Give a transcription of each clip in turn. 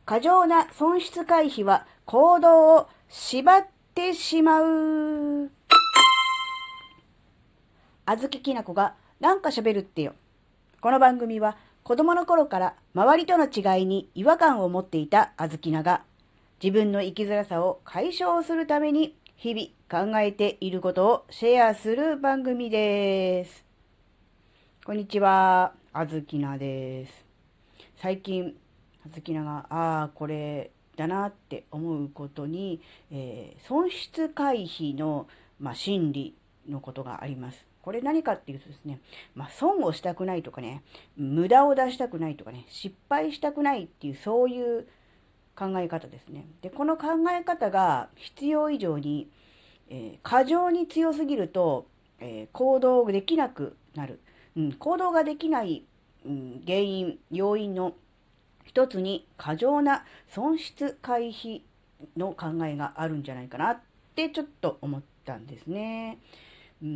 過剰な損失回避は行動を縛ってしまう。あずききなこがなんか喋るってよ。この番組は子供の頃から周りとの違いに違和感を持っていたあずきなが自分の生きづらさを解消するために日々考えていることをシェアする番組です。こんにちは、あずきなです。最近、あずきなが、これだなって思うことに、損失回避の、心理のことがあります。これ何かっていうとですね、損をしたくないとかね、無駄を出したくないとかね、失敗したくないっていう、そういう考え方ですね。で、この考え方が必要以上に、過剰に強すぎると、行動できなくなる。行動ができない、原因、要因の一つに過剰な損失回避の考えがあるんじゃないかなってちょっと思ったんですね。うん、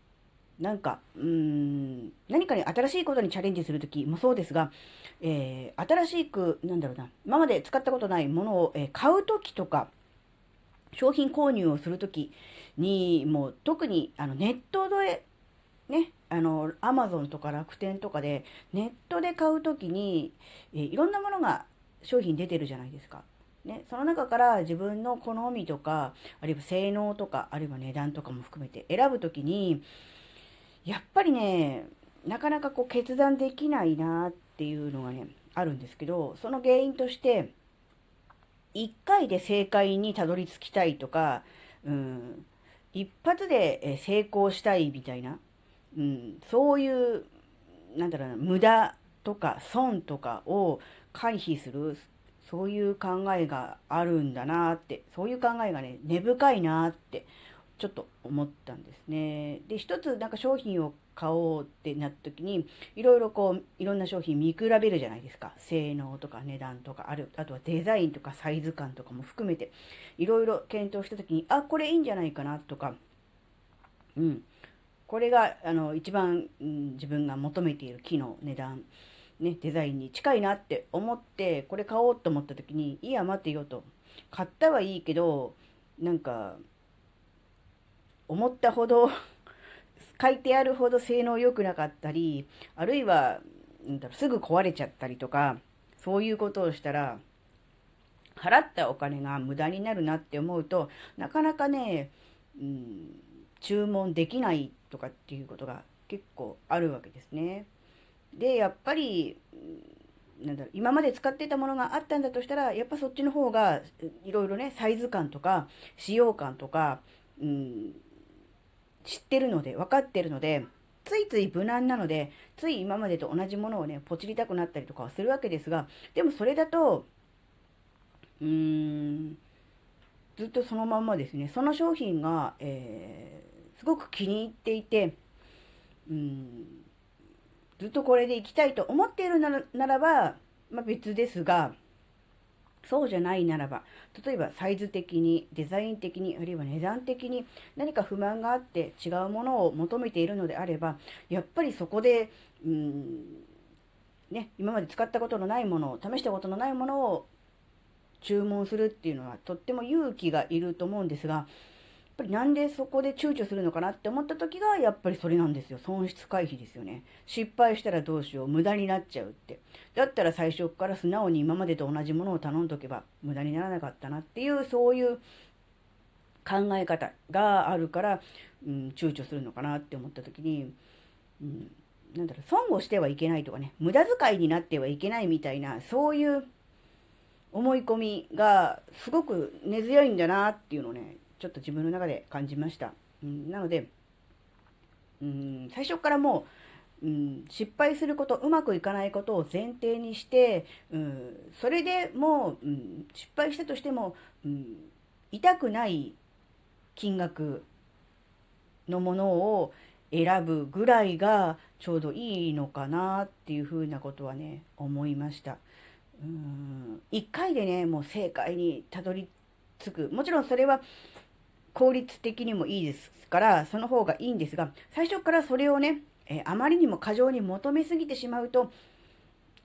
何かに新しいことにチャレンジするときもそうですが、新しく、今まで使ったことないものを、買うときとか、商品購入をするときに、もう特にネットでね、アマゾンとか楽天とかで、ネットで買うときに、いろんなものが商品出てるじゃないですか。ね、その中から自分の好みとか、あるいは性能とか、あるいは値段とかも含めて選ぶときに、やっぱりね、なかなかこう決断できないなっていうのがね、あるんですけど、その原因として、一回で正解にたどり着きたいとか、うん、一発で成功したいみたいな、そういう、無駄とか損とかを回避する、そういう考えがあるんだなって、そういう考えがね、根深いなってちょっと思ったんですね。で、一つ商品を買おうってなった時に、いろんな商品見比べるじゃないですか。性能とか値段とか、あとはデザインとかサイズ感とかも含めて、いろいろ検討した時に、これいいんじゃないかなとか、うん。これが、一番、自分が求めている機能、値段、ね、デザインに近いなって思って、これ買おうと思った時に、いや、待てよと。買ったはいいけど、なんか、思ったほど書いてあるほど性能良くなかったり、あるいは、すぐ壊れちゃったりとか、そういうことをしたら、払ったお金が無駄になるなって思うと、なかなかね、うん、注文できないとかっていうことが結構あるわけですね。で、やっぱり、今まで使ってたものがあったんだとしたら、やっぱそっちの方が、いろいろね、サイズ感とか、使用感とか、うん、知ってるので、分かってるので、ついつい無難なので、つい今までと同じものをね、ポチりたくなったりとかはするわけですが、でもそれだと、うーん、ずっとそのまんまですね、その商品が、すごく気に入っていて、うーん、ずっとこれで行きたいと思っているならば、別ですが、そうじゃないならば、例えばサイズ的に、デザイン的に、あるいは値段的に何か不満があって違うものを求めているのであれば、やっぱりそこで、今まで使ったことのないものを、試したことのないものを注文するっていうのはとっても勇気がいると思うんですが、やっぱりなんでそこで躊躇するのかなって思った時がやっぱりそれなんですよ。損失回避ですよね。失敗したらどうしよう、無駄になっちゃうって。だったら最初から素直に今までと同じものを頼んどけば無駄にならなかったなっていう、そういう考え方があるから、躊躇するのかなって思った時に、うん、損をしてはいけないとかね、無駄遣いになってはいけないみたいな、そういう思い込みがすごく根強いんだなっていうのをね、ちょっと自分の中で感じました。なので、最初からもう、失敗すること、うまくいかないことを前提にして、それでもう、失敗したとしても、痛くない金額のものを選ぶぐらいがちょうどいいのかなっていうふうなことはね、思いました。一回でね、もう正解にたどり着く。もちろんそれは効率的にもいいですから、その方がいいんですが、最初からそれをね、あまりにも過剰に求めすぎてしまうと、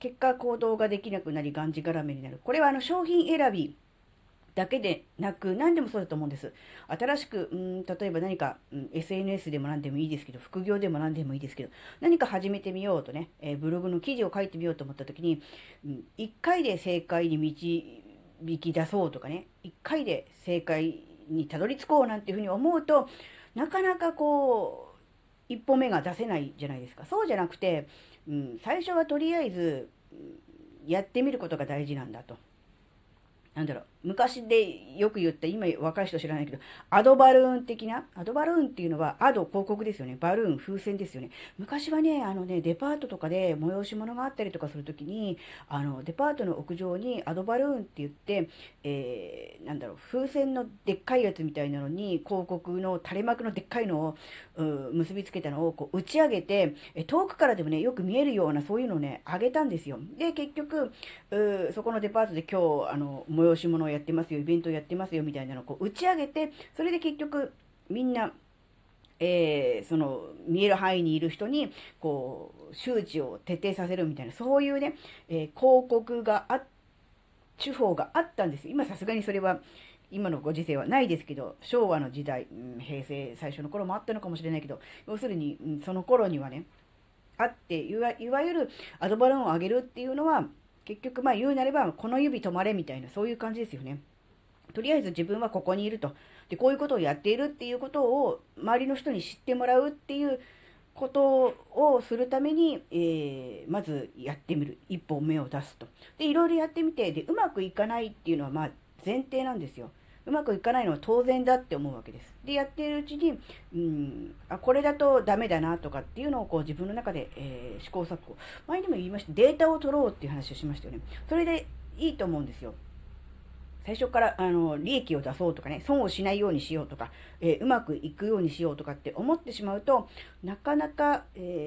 結果行動ができなくなり、がんじがらめになる。これは商品選びだけでなく、何でもそうだと思うんです。新しく、例えば何か、SNS でも何でもいいですけど、副業でも何でもいいですけど、何か始めてみようとね、ブログの記事を書いてみようと思った時に、1回で正解に導き出そうとかね、1回で正解にたどり着こうなんていうふうに思うと、なかなかこう、一歩目が出せないじゃないですか。そうじゃなくて、最初はとりあえず、やってみることが大事なんだと。なんだろう、昔でよく言った、今若い人知らないけど、アドバルーン的な、アドバルーンっていうのは、アド広告ですよね。バルーン、風船ですよね。昔はね、デパートとかで催し物があったりとかするときに、デパートの屋上にアドバルーンって言って、なんだろう、風船のでっかいやつみたいなのに、広告の垂れ幕のでっかいのを、結びつけたのをこう打ち上げて、遠くからでもね、よく見えるような、そういうのをね、あげたんですよ。で、結局、そこのデパートで今日、催し物をやってますよ、イベントをやってますよ、みたいなのをこう打ち上げて、それで結局、みんな、その見える範囲にいる人にこう周知を徹底させるみたいな、そういうね、広告が手法があったんです。今さすがにそれは今のご時世はないですけど、昭和の時代、平成最初の頃もあったのかもしれないけど、要するに、その頃にはね、あって、いわゆるアドバルーンを上げるっていうのは、結局まあ言うなれば、この指止まれみたいな、そういう感じですよね。とりあえず自分はここにいると。で、こういうことをやっているっていうことを周りの人に知ってもらうっていうことをするために、まずやってみる。一歩目を出すと。で、いろいろやってみて、で、うまくいかないっていうのはまあ前提なんですよ。うまくいかないのは当然だって思うわけです。で、やっているうちに、これだとダメだなとかっていうのをこう自分の中で、試行錯誤。前にも言いました。データを取ろうっていう話をしましたよね。それでいいと思うんですよ。最初から利益を出そうとかね、損をしないようにしようとか、うまくいくようにしようとかって思ってしまうと、なかなか、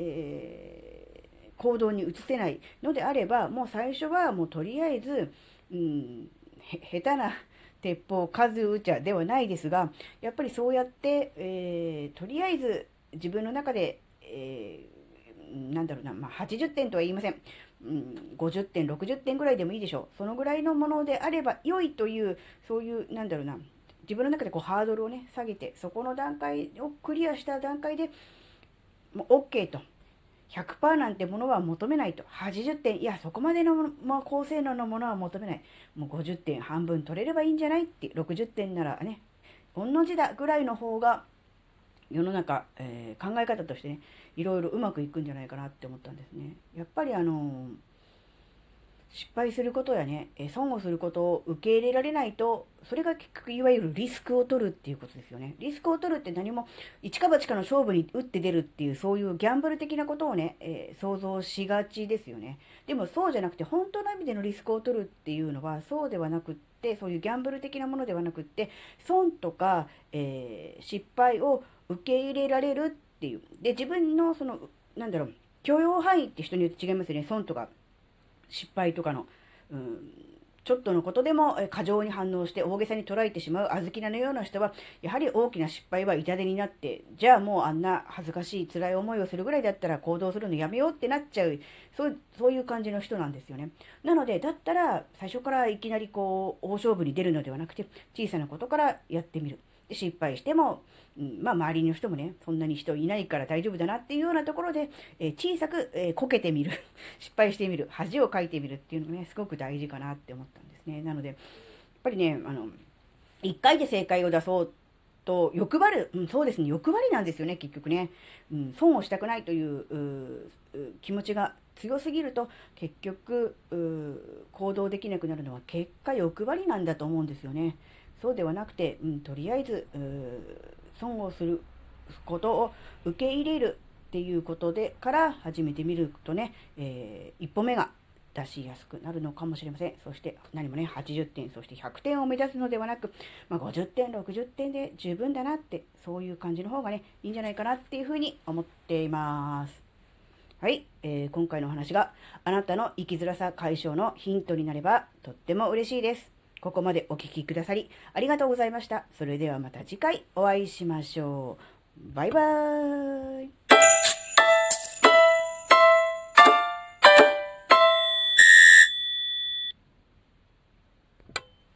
行動に移せないのであれば、もう最初はもうとりあえず、下手な鉄砲数打ちゃではないですが、やっぱりそうやって、とりあえず自分の中で、なんだろうな、まあ、80点とは言いません。50点、60点ぐらいでもいいでしょう。そのぐらいのものであれば良いという、そういう、なんだろうな、自分の中でこうハードルをね、下げて、そこの段階をクリアした段階でもう OK と。100%なんてものは求めないと。80点、いや、そこまでの、まあ、高性能のものは求めない。もう50点半分取れればいいんじゃないって、60点ならね、同じだぐらいの方が、世の中、考え方としてね、いろいろうまくいくんじゃないかなって思ったんですね。やっぱり失敗することやね、損をすることを受け入れられないと、それが結局いわゆるリスクを取るっていうことですよね。リスクを取るって何も一か八かの勝負に打って出るっていう、そういうギャンブル的なことをね、想像しがちですよね。でもそうじゃなくて、本当の意味でのリスクを取るっていうのはそうではなくって、そういうギャンブル的なものではなくって、損とか、失敗を受け入れられるっていう。で、自分のその、なんだろう、許容範囲って人によって違いますよね。損とか失敗とかの、うん、ちょっとのことでも過剰に反応して大げさに捉えてしまう小豆菜のような人は、やはり大きな失敗は痛手になって、じゃあもうあんな恥ずかしい辛い思いをするぐらいだったら行動するのやめようってなっちゃう、そういう感じの人なんですよね。なので、だったら最初からいきなりこう大勝負に出るのではなくて、小さなことからやってみる。失敗しても、まあ周りの人もね、そんなに人いないから大丈夫だなっていうようなところで、小さく、こけてみる。失敗してみる。恥をかいてみるっていうのがね、すごく大事かなって思ったんですね。なので、やっぱりね、一回で正解を出そうと欲張る、そうですね、欲張りなんですよね、結局ね。損をしたくないという気持ちが強すぎると、結局行動できなくなるのは結果欲張りなんだと思うんですよね。そうではなくて、とりあえず損をすることを受け入れるっていうことでから始めてみるとね、一歩目が出しやすくなるのかもしれません。そして何もね、80点、そして100点を目指すのではなく、50点、60点で十分だなって、そういう感じの方がね、いいんじゃないかなっていうふうに思っています。はい、今回のお話があなたの生きづらさ解消のヒントになればとっても嬉しいです。ここまでお聞きくださりありがとうございました。それではまた次回お会いしましょう。バイバーイ。